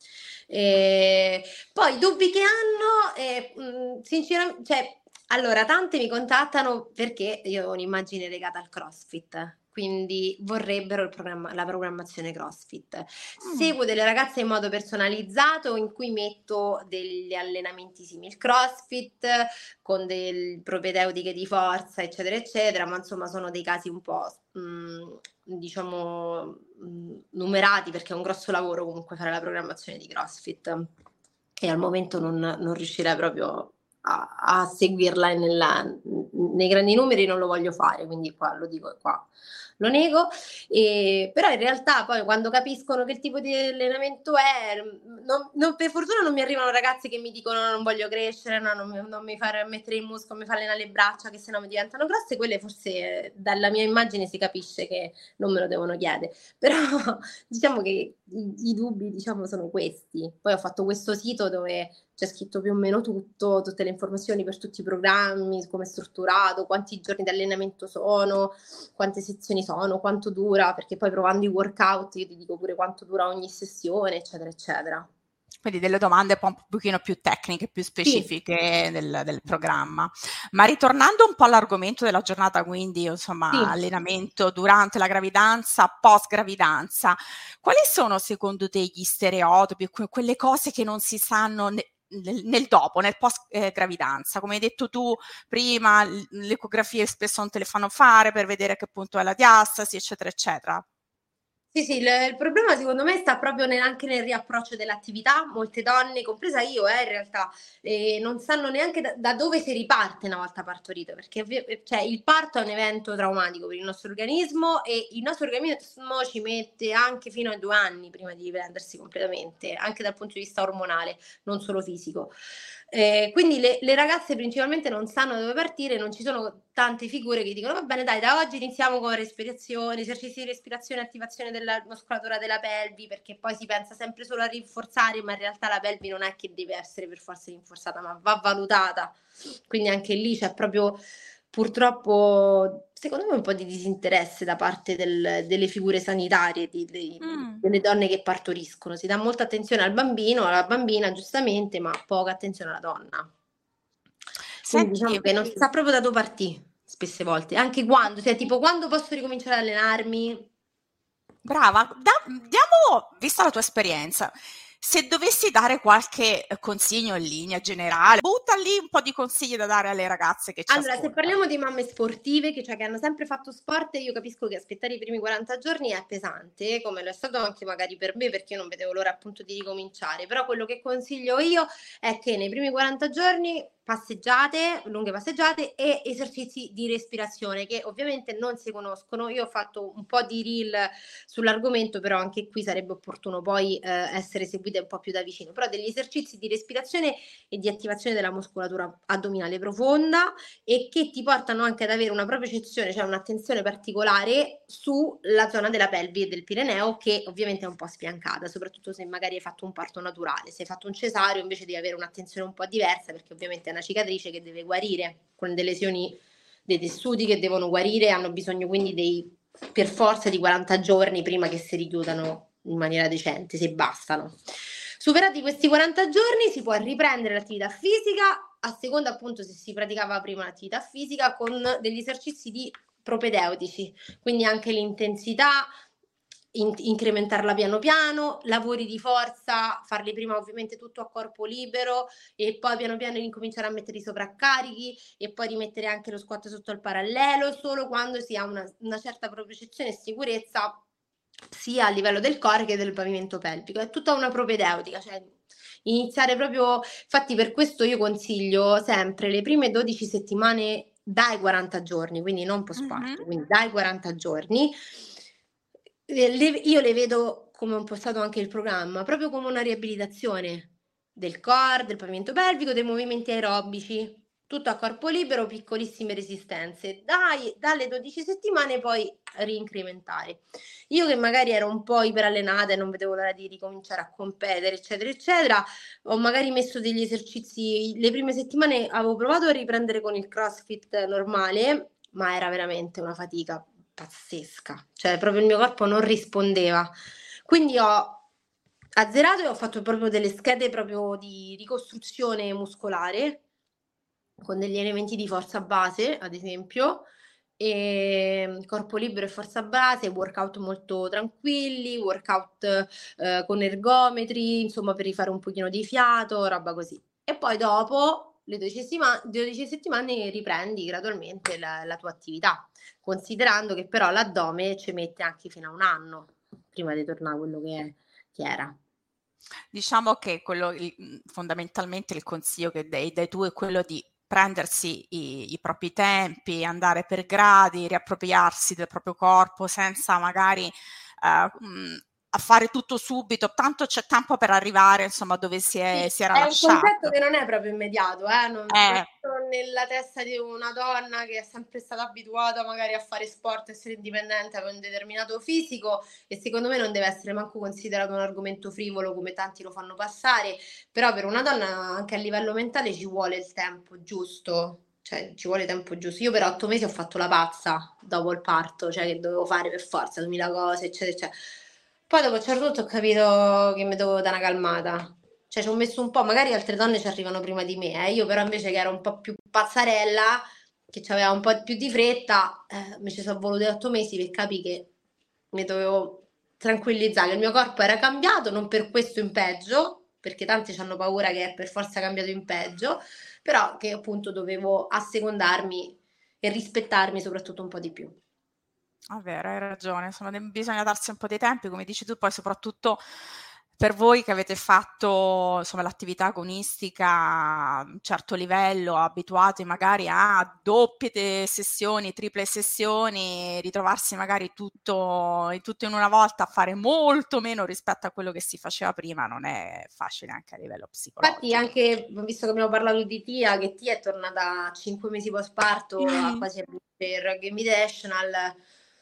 Ehm, Poi i dubbi che hanno, ehm, mhmm, sincera cioè allora tante mi contattano perché io ho un'immagine legata al CrossFit, quindi vorrebbero il programma la programmazione CrossFit. Mm. Seguo delle ragazze in modo personalizzato in cui metto degli allenamenti simil CrossFit, con del propedeutiche di forza, eccetera, eccetera, ma insomma sono dei casi un po' s mhmm, diciamo, mhmm, numerati perché è un grosso lavoro comunque fare la programmazione di CrossFit e al momento non non riuscirei proprio a a seguirla nella n nei grandi numeri non lo voglio fare, quindi qua lo dico e qua lo nego. Ehm, però in realtà poi quando capiscono che il tipo di allenamento è, mhmm, non non per fortuna non mi arrivano ragazzi che mi dicono: "No, non voglio crescere, no, non mi non mi fare mettere il muscolo, non mi fa allenare le braccia che se no mi diventano grosse", quelle forse dalla mia immagine si capisce che non me lo devono chiede. Però diciamo che i i dubbi, diciamo, sono questi. Poi ho fatto questo sito dove c'è scritto più o meno tutto, tutte le informazioni per tutti i programmi, su come è strutturato, quanti giorni di allenamento sono, quante sezioni sono, quanto dura, perché poi provando i workout io ti dico pure quanto dura ogni sessione, eccetera, eccetera. Quindi delle domande un po' un pochino più tecniche, più Sì, specifiche del, del programma. Ma ritornando un po' all'argomento della giornata, quindi insomma sì. allenamento durante la gravidanza, post gravidanza, quali sono secondo te gli stereotipi, que- quelle cose che non si sanno ne- nel, nel dopo, nel post eh, gravidanza? Come hai detto tu prima, l- le ecografie spesso non te le fanno fare per vedere a che punto è la diastasi, eccetera, eccetera. Sì, sì, il il problema secondo me sta proprio ne anche nel riapproccio dell'attività. Molte donne, compresa io eh, in realtà, ehm, non sanno neanche da da dove si riparte una volta partorito, perché ovvia ehm, cioè il parto è un evento traumatico per il nostro organismo e il nostro organismo ci mette anche fino a due anni prima di riprendersi completamente, anche dal punto di vista ormonale, non solo fisico. Ehm, quindi le le ragazze principalmente non sanno da dove partire, non ci sono tante figure che dicono: "Va bene dai, da oggi iniziamo con respirazione, esercizi di respirazione, attivazione della muscolatura della pelvi", perché poi si pensa sempre solo a rinforzare, ma in realtà la pelvi non è che deve essere per forza rinforzata, ma va valutata. Quindi anche lì c'è proprio purtroppo, secondo me, un po' di disinteresse da parte del delle figure sanitarie di dei Mm. delle donne che partoriscono. Si dà molta attenzione al bambino, alla bambina giustamente, ma poca attenzione alla donna. Quindi diciamo Senti, che non si sa proprio da dove partì spesse volte, anche quando, cioè tipo quando posso ricominciare ad allenarmi? brava, da- diamo, vista la tua esperienza, se dovessi dare qualche consiglio in linea generale, butta lì un po' di consigli da dare alle ragazze che ci Allora, se ascoltano. parliamo di mamme sportive, che cioè che hanno sempre fatto sport, io capisco che aspettare i primi quaranta giorni è pesante, come lo è stato anche magari per me, perché io non vedevo l'ora appunto di ricominciare. Però quello che consiglio io è che nei primi quaranta giorni passeggiate, lunghe passeggiate e esercizi di respirazione che ovviamente non si conoscono. Io ho fatto un po' di reel sull'argomento, però anche qui sarebbe opportuno poi eh, essere seguite un po' più da vicino. Però degli esercizi di respirazione e di attivazione della muscolatura addominale profonda e che ti portano anche ad avere una propriocezione, cioè un'attenzione particolare sulla zona della pelvi e del Pireneo, che ovviamente è un po' sfiancata, soprattutto se magari hai fatto un parto naturale. Se hai fatto un cesareo invece devi avere un'attenzione un po' diversa, perché ovviamente è una cicatrice che deve guarire, con delle lesioni dei tessuti che devono guarire, hanno bisogno quindi dei, per forza di quaranta giorni prima che si richiudano in maniera decente, se bastano. Superati questi quaranta giorni si può riprendere l'attività fisica, a seconda appunto se si praticava prima l'attività fisica, con degli esercizi di propedeutici, quindi anche l'intensità, in- incrementarla piano piano, lavori di forza, farli prima ovviamente tutto a corpo libero e poi piano piano incominciare a mettere i sovraccarichi e poi rimettere anche lo squat sotto il parallelo, solo quando si ha una, una certa propriocezione e sicurezza sia a livello del core che del pavimento pelvico. È tutta una propedeutica, cioè iniziare proprio, infatti per questo io consiglio sempre le prime dodici settimane dai quaranta giorni, quindi non post parto, Mm-hmm. quindi dai quaranta giorni. Le, io le vedo, come ho impostato anche il programma, proprio come una riabilitazione del core, del pavimento pelvico, dei movimenti aerobici, tutto a corpo libero, piccolissime resistenze. Dai, dalle dodici settimane poi rincrementare. Io che magari ero un po' iperallenata e non vedevo l'ora di ricominciare a competere, eccetera, eccetera, ho magari messo degli esercizi, le prime settimane avevo provato a riprendere con il CrossFit normale, ma era veramente una fatica pazzesca, cioè proprio il mio corpo non rispondeva. Quindi ho azzerato e ho fatto proprio delle schede proprio di ricostruzione muscolare con degli elementi di forza base, ad esempio, e corpo libero e forza base, workout molto tranquilli, workout eh, con ergometri, insomma per rifare un pochino di fiato, roba così. E poi dopo le dodici, settima- dodici settimane riprendi gradualmente la, la tua attività, considerando che però l'addome ci mette anche fino a un anno prima di tornare a quello che, che era. Diciamo che quello, il- fondamentalmente il consiglio che dai, dai tu è quello di prendersi i, i propri tempi, andare per gradi, riappropriarsi del proprio corpo senza magari eh, mh, a fare tutto subito, tanto c'è tempo per arrivare insomma dove si, è, Sì, si era è un concetto lasciato. che non è proprio immediato, eh? Non, Eh, soprattutto nella testa di una donna che è sempre stata abituata magari a fare sport, essere indipendente, avere un determinato fisico e secondo me non deve essere manco considerato un argomento frivolo come tanti lo fanno passare, però per una donna anche a livello mentale ci vuole il tempo giusto. Cioè, ci vuole tempo giusto. Io per otto mesi ho fatto la pazza dopo il parto, cioè che dovevo fare per forza duemila cose, eccetera, eccetera. Poi dopo un certo punto ho capito che mi dovevo dare una calmata. Cioè ci ho messo un po', magari altre donne ci arrivano prima di me, eh. Io però invece che ero un po' più pazzarella, che aveva un po' più di fretta, eh, mi ci sono volute otto mesi per capire che mi dovevo tranquillizzare, che il mio corpo era cambiato, non per questo in peggio, perché tanti hanno paura che è per forza cambiato in peggio, però che appunto dovevo assecondarmi e rispettarmi soprattutto un po' di più. è vero, hai ragione, insomma, ne- bisogna darsi un po' di tempi, come dici tu, poi soprattutto per voi che avete fatto insomma, l'attività agonistica a un certo livello, abituati magari a doppie te- sessioni, triple sessioni, ritrovarsi magari tutto, tutto in una volta a fare molto meno rispetto a quello che si faceva prima, non è facile anche a livello Infatti psicologico. anche, visto che abbiamo parlato di Tia, che Tia è tornata cinque mesi post parto a Mm. quasi a per Game Invitational,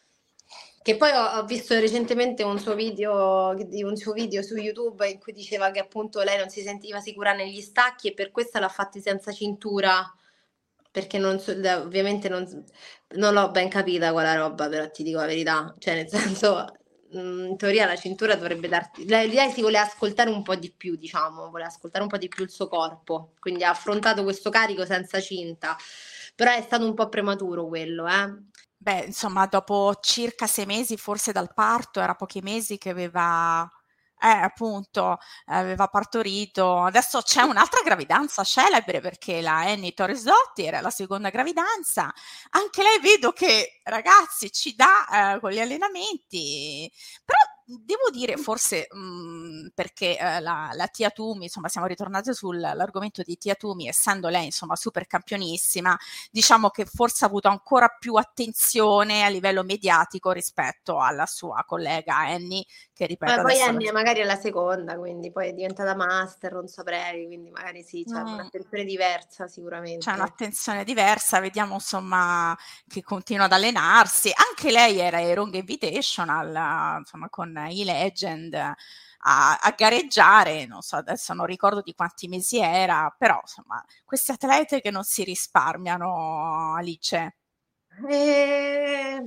che poi ho, ho visto recentemente un suo video, di un suo video su YouTube in cui diceva che appunto lei non si sentiva sicura negli stacchi e per questo l'ha fatti senza cintura, perché non so- da- ovviamente non, non l'ho ben capita quella roba, però ti dico la verità, cioè nel senso, mh, in teoria la cintura dovrebbe darti, lei, lei si voleva ascoltare un po' di più, diciamo, voleva ascoltare un po' di più il suo corpo, quindi ha affrontato questo carico senza cinta, però è stato un po' prematuro quello, eh. Beh, insomma, dopo circa sei mesi, forse dal parto, era pochi mesi che aveva Eh, appunto, aveva partorito. Adesso c'è un'altra gravidanza celebre perché la Annie Thorisdottir, la seconda gravidanza, anche lei vedo che, ragazzi, ci dà eh, con gli allenamenti, però devo dire forse mh, perché eh, la, la Tia Tumi, insomma, siamo ritornati sull'argomento di Tia Tumi, essendo lei, insomma, super campionissima, diciamo che forse ha avuto ancora più attenzione a livello mediatico rispetto alla sua collega Annie, che Ma ripeto poi adesso... Annie magari è la seconda, quindi poi è diventata master, non saprei, quindi magari sì, c'è Mm, un'attenzione diversa c'è sicuramente. un'attenzione diversa, vediamo insomma che continua ad allenarsi. Anche lei era ai Rogue Invitational, insomma con i Legend a, a gareggiare, non so, adesso non ricordo di quanti mesi era, però insomma queste atlete che non si risparmiano, Alice. Eh,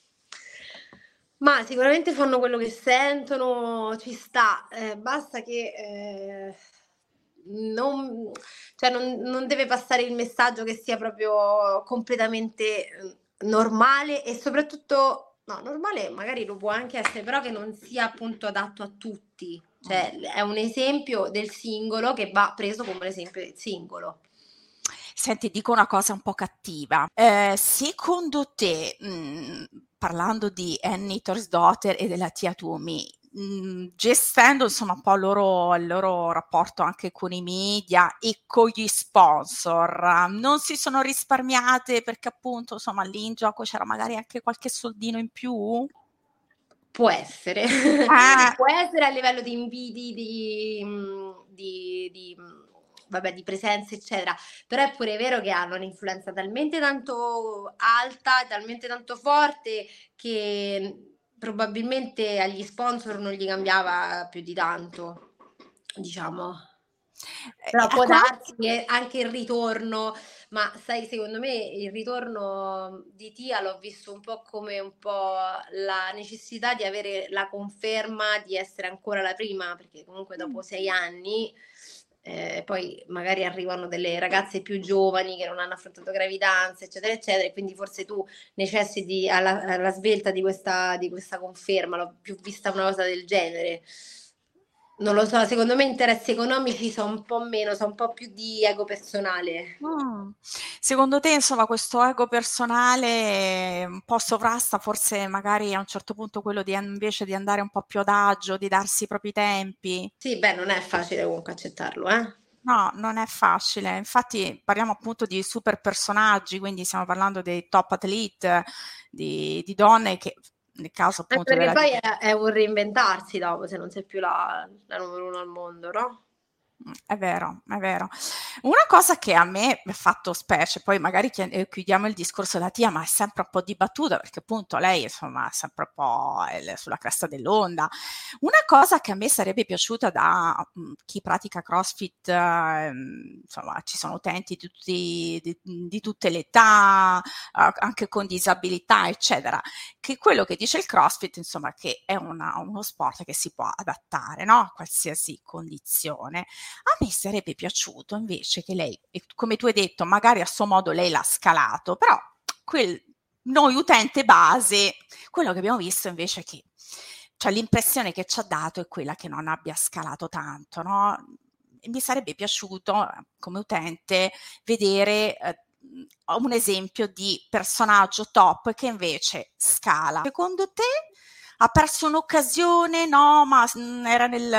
Ma sicuramente fanno quello che sentono, ci sta, eh, basta che eh, non, cioè non, non deve passare il messaggio che sia proprio completamente eh, normale e soprattutto, no, normale magari lo può anche essere, però che non sia appunto adatto a tutti. Mm. Cioè è un esempio del singolo che va preso come l'esempio del singolo. Senti, dico una cosa un po' cattiva. Eh, secondo te, mh, parlando di Annie Thorisdottir e della Tia Tumi, mh, gestendo insomma un po' il loro, il loro rapporto anche con i media e con gli sponsor, non si sono risparmiate perché appunto insomma lì in gioco c'era magari anche qualche soldino in più? Può essere, Ah, può essere a livello di invidi, di, mh, di, di, mh, vabbè, di presenze, eccetera. Però è pure vero che hanno un'influenza talmente tanto alta, talmente tanto forte che probabilmente agli sponsor non gli cambiava più di tanto, diciamo. eh, Però a può conoscere. darsi che anche il ritorno, ma sai, secondo me il ritorno di Tia l'ho visto un po' come un po' la necessità di avere la conferma di essere ancora la prima, perché comunque dopo sei anni eh, poi magari arrivano delle ragazze più giovani che non hanno affrontato gravidanze, eccetera, eccetera, e quindi forse tu necessiti alla, alla svelta di questa, di questa conferma, l'ho più vista una cosa del genere. Non lo so, secondo me interessi economici sono un po' meno, sono un po' più di ego personale. Mh. Secondo te, insomma, questo ego personale un po' sovrasta forse magari a un certo punto quello di invece di andare un po' più adagio, di darsi i propri tempi? Sì, beh, non è facile comunque accettarlo, eh. No, non è facile. Infatti parliamo appunto di super personaggi, quindi stiamo parlando dei top athlete, di di donne che nel caso Anche appunto perché della poi è, è un reinventarsi dopo, se non sei più la, la numero uno al mondo, no? Mh, è vero, è vero. Una cosa che a me m'ha fatto specie, poi magari chie ehm, chiudiamo il discorso della Tia, ma è sempre un po' dibattuta perché appunto lei insomma è sempre un po' il sulla cresta dell'onda. Una cosa che a me sarebbe piaciuta da, mhmm, chi pratica CrossFit, ehm, insomma ci sono utenti di tutti di di tutte le età, a anche con disabilità, eccetera, che quello che dice il CrossFit, insomma, che è una uno sport che si può adattare, no, a qualsiasi condizione. A me sarebbe piaciuto invece che lei, e come tu hai detto, magari a suo modo lei l'ha scalato, però quel, noi utente base, quello che abbiamo visto invece è che, cioè l'impressione che ci ha dato è quella che non abbia scalato tanto, no? E mi sarebbe piaciuto eh, come utente vedere eh, un esempio di personaggio top che invece scala. Secondo te ha perso un'occasione? No, ma mm, era nel,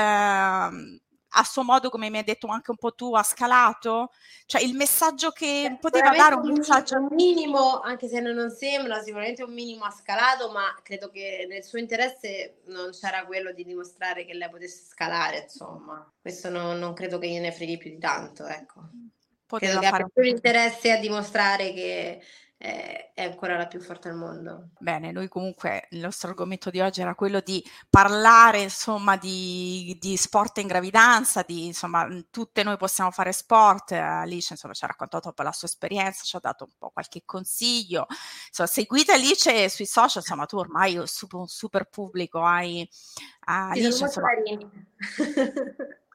a suo modo, come mi hai detto anche un po' tu, ha scalato? Cioè il messaggio che Beh, poteva dare sicuramente un un, mini- messaggio... un minimo, anche se non sembra, sicuramente un minimo ha scalato, ma credo che nel suo interesse non c'era quello di dimostrare che lei potesse scalare, insomma. Questo non, non credo che gliene freghi più di tanto, ecco. Credo Poteva che fare abbia un più po'. interesse a dimostrare che eh, è ancora la più forte al mondo. Bene, noi comunque il nostro argomento di oggi era quello di parlare, insomma, di, di sport in gravidanza, di, insomma, tutte noi possiamo fare sport. Alice, insomma, ci ha raccontato un po' la sua esperienza, ci ha dato un po' qualche consiglio. Insomma, seguite Alice sui social, insomma, tu ormai un super, un super pubblico hai, Sì, sono Alice, molto insomma, carini.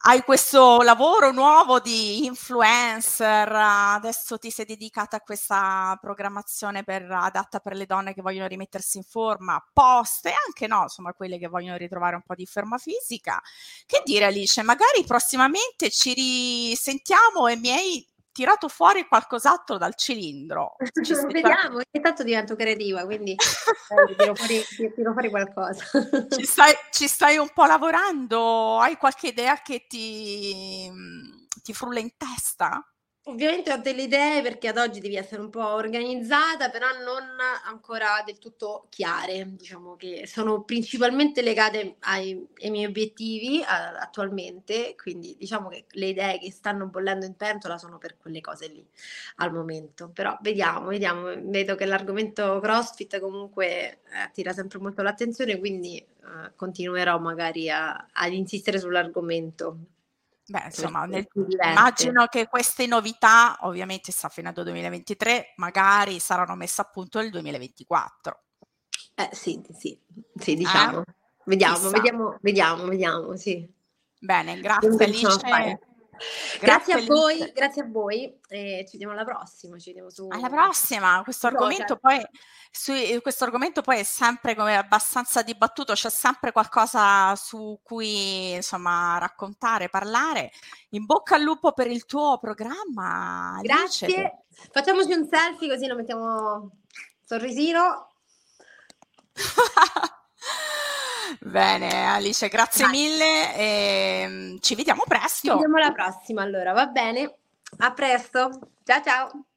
hai questo lavoro nuovo di influencer, adesso ti sei dedicata a questa programmazione per, adatta per le donne che vogliono rimettersi in forma, post e anche no, insomma quelle che vogliono ritrovare un po' di forma fisica. Che dire Alice, magari prossimamente ci risentiamo e mi hai tirato fuori qualcos'altro dal cilindro. Ci Vediamo, ogni tanto divento creativa, quindi eh, tiro fuori, tiro fuori qualcosa. Ci stai, ci stai un po' lavorando? Hai qualche idea che ti, ti frulla in testa? Ovviamente ho delle idee perché ad oggi devi essere un po' organizzata, però non ancora del tutto chiare. Diciamo che sono principalmente legate ai, ai miei obiettivi a- attualmente, quindi diciamo che le idee che stanno bollendo in pentola sono per quelle cose lì al momento. Però vediamo, vediamo. Vedo che l'argomento CrossFit comunque eh, attira sempre molto l'attenzione, quindi eh, continuerò magari a- ad insistere sull'argomento. Beh, insomma, nel- Mi diverte. immagino che queste novità, ovviamente sta finendo il duemilaventitré, magari saranno messe a punto nel duemilaventiquattro. Eh sì, sì, sì, Eh? diciamo. Vediamo, Chissà. vediamo, vediamo, vediamo, sì. Bene, grazie Comunque riusciamo a Alice. fare. Grazie Grazie a voi, Alice. grazie a voi e ci vediamo alla prossima, ci vediamo Alla su prossima, questo sui argomento social. poi, su, questo argomento poi è sempre come abbastanza dibattuto, c'è sempre qualcosa su cui insomma raccontare, parlare. In bocca al lupo per il tuo programma, Alice. Grazie. Facciamoci un selfie così lo mettiamo sorrisino. Bene, Alice, grazie Dai, mille e ci vediamo ci presto. vediamo alla prossima allora, va bene? A presto. Ciao ciao.